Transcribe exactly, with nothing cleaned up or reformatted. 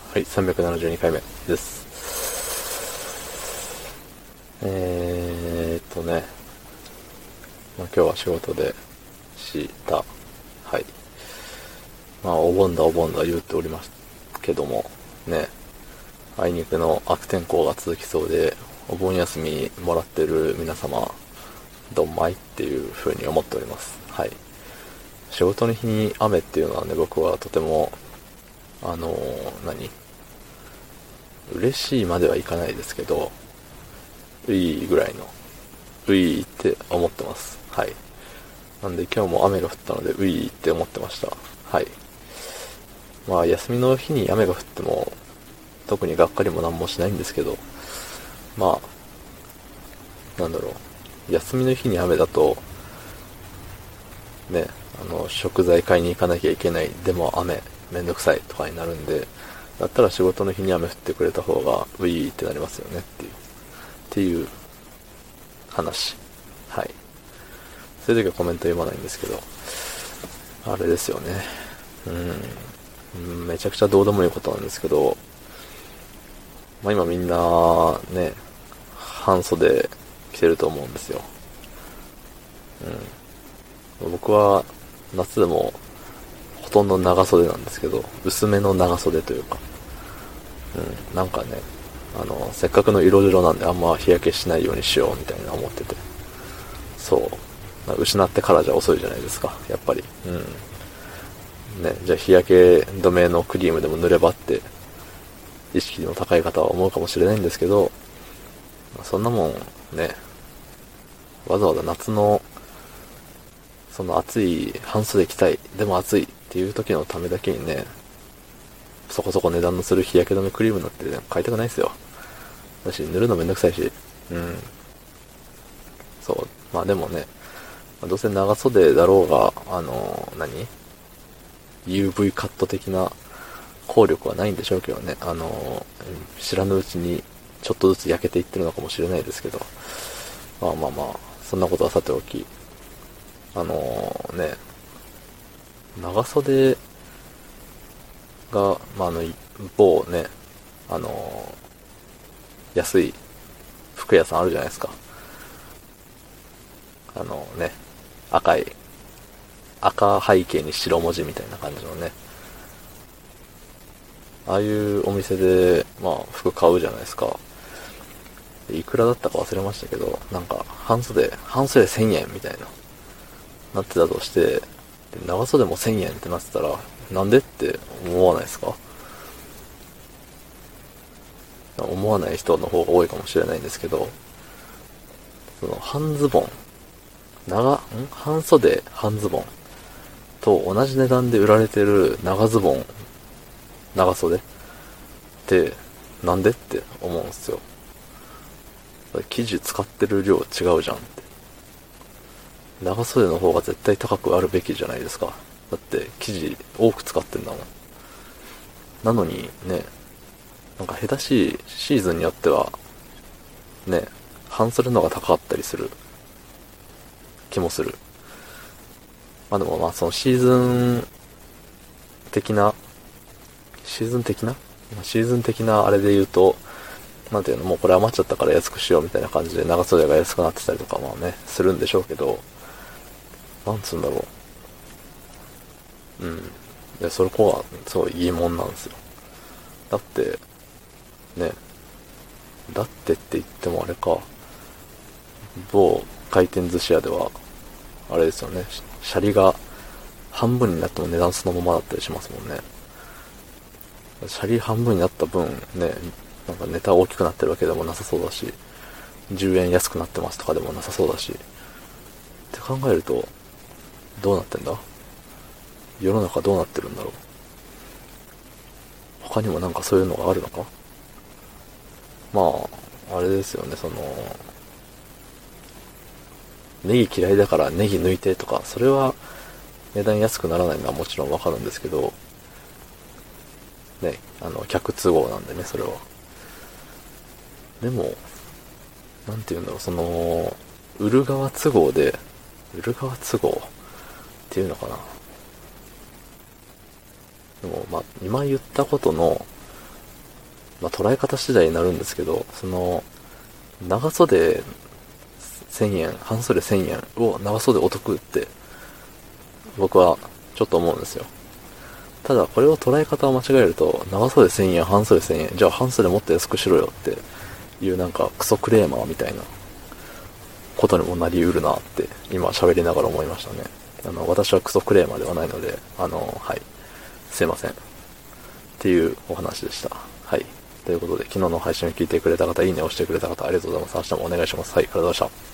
はい、さんびゃくななじゅうにかいめです。えーっとね、まあ、今日は仕事でした。はい。まあ、お盆だお盆だ言っておりますけども、ね、あいにくの悪天候が続きそうで、お盆休みもらってる皆様、どんまいっていう風に思っております。はい。仕事の日に雨っていうのはね、僕はとても、あのー、何嬉しいまではいかないですけど、いいぐらいの、ういって思ってます。はい。なんで今日も雨が降ったので、ういって思ってました。はい。まあ、休みの日に雨が降っても、特にがっかりもなんもしないんですけど、まあ、なんだろう。休みの日に雨だと、ね、あの、食材買いに行かなきゃいけない。でも雨、めんどくさいとかになるんで、だったら仕事の日に雨降ってくれた方が、ういってなりますよねっていう、っていう話。はい。そういう時はコメント読まないんですけど、あれですよね。うん。めちゃくちゃどうでもいいことなんですけど、まあ今みんな、ね、半袖着てると思うんですよ。うん。僕は夏でもほとんど長袖なんですけど、薄めの長袖というか、うん。なんかね、あの、せっかくの色白なんであんま日焼けしないようにしようみたいな思ってて。そう。失ってからじゃ遅いじゃないですか、やっぱり。うん。ね、じゃあ日焼け止めのクリームでも塗ればって意識の高い方は思うかもしれないんですけど、そんなもんね、わざわざ夏のその暑い半袖着たい、でも暑いっていう時のためだけにね、そこそこ値段のする日焼け止めクリームなんて、ね、買いたくないですよ。だし塗るのめんどくさいし、うん。そう。まあでもね、どうせ長袖だろうが、あのー、何 ユーブイ カット的な効力はないんでしょうけどね。あの、知らぬうちにちょっとずつ焼けていってるのかもしれないですけど。まあまあまあ、そんなことはさておき。あのね、長袖が、まああの、某ね、あの安い服屋さんあるじゃないですか。あのね、赤い、赤背景に白文字みたいな感じのね、ああいうお店で、まあ服買うじゃないですか。いくらだったか忘れましたけど、なんか、半袖、半袖せんえんみたいな、なってたとして、で長袖もせんえんってなってたら、なんでって思わないですか？思わない人の方が多いかもしれないんですけど、その、半ズボン、長、ん半袖、半ズボンと同じ値段で売られてる長ズボン、長袖って、なんでって思うんですよ。生地使ってる量違うじゃんって。長袖の方が絶対高くあるべきじゃないですか。だって生地多く使ってんだもん。なのにね、なんか下手しいシーズンによっては、ね、半袖の方が高かったりする気もする。まあでもまあそのシーズン的な、シーズン的なシーズン的なあれで言うと、なんていうの、もうこれ余っちゃったから安くしようみたいな感じで長袖が安くなってたりとかまあね、するんでしょうけど、なんつうんだろう。うん。で、それこはすごい疑問なんですよ。だって、ね、だってって言ってもあれか、某回転寿司屋では、あれですよね、シャリが半分になっても値段そのままだったりしますもんね。シャリ半分になった分、ね、なんかネタ大きくなってるわけでもなさそうだし、じゅうえん安くなってますとかでもなさそうだし、って考えると、どうなってんだ？世の中どうなってるんだろう。他にもなんかそういうのがあるのか？まあ、あれですよね、その、ネギ嫌いだからネギ抜いてとか、それは値段安くならないのはもちろんわかるんですけど、ね、あの、客都合なんでね、それは。でも、なんて言うんだろう、その、売る側都合で、売る側都合っていうのかな。でも、まあ、今言ったことの、 まあ捉え方次第になるんですけど、その、長袖せんえん、半袖せんえんを長袖お得って僕はちょっと思うんですよ。ただこれを捉え方を間違えると、長袖せんえん、半袖せんえん、じゃあ半袖もっと安くしろよっていうなんかクソクレーマーみたいなことにもなりうるなって今喋りながら思いましたね。あの、私はクソクレーマーではないので、あの、はい。すいません。っていうお話でした。はい。ということで、昨日の配信を聞いてくれた方、いいねを押してくれた方、ありがとうございます。明日もお願いします。はい、ありがとうございました。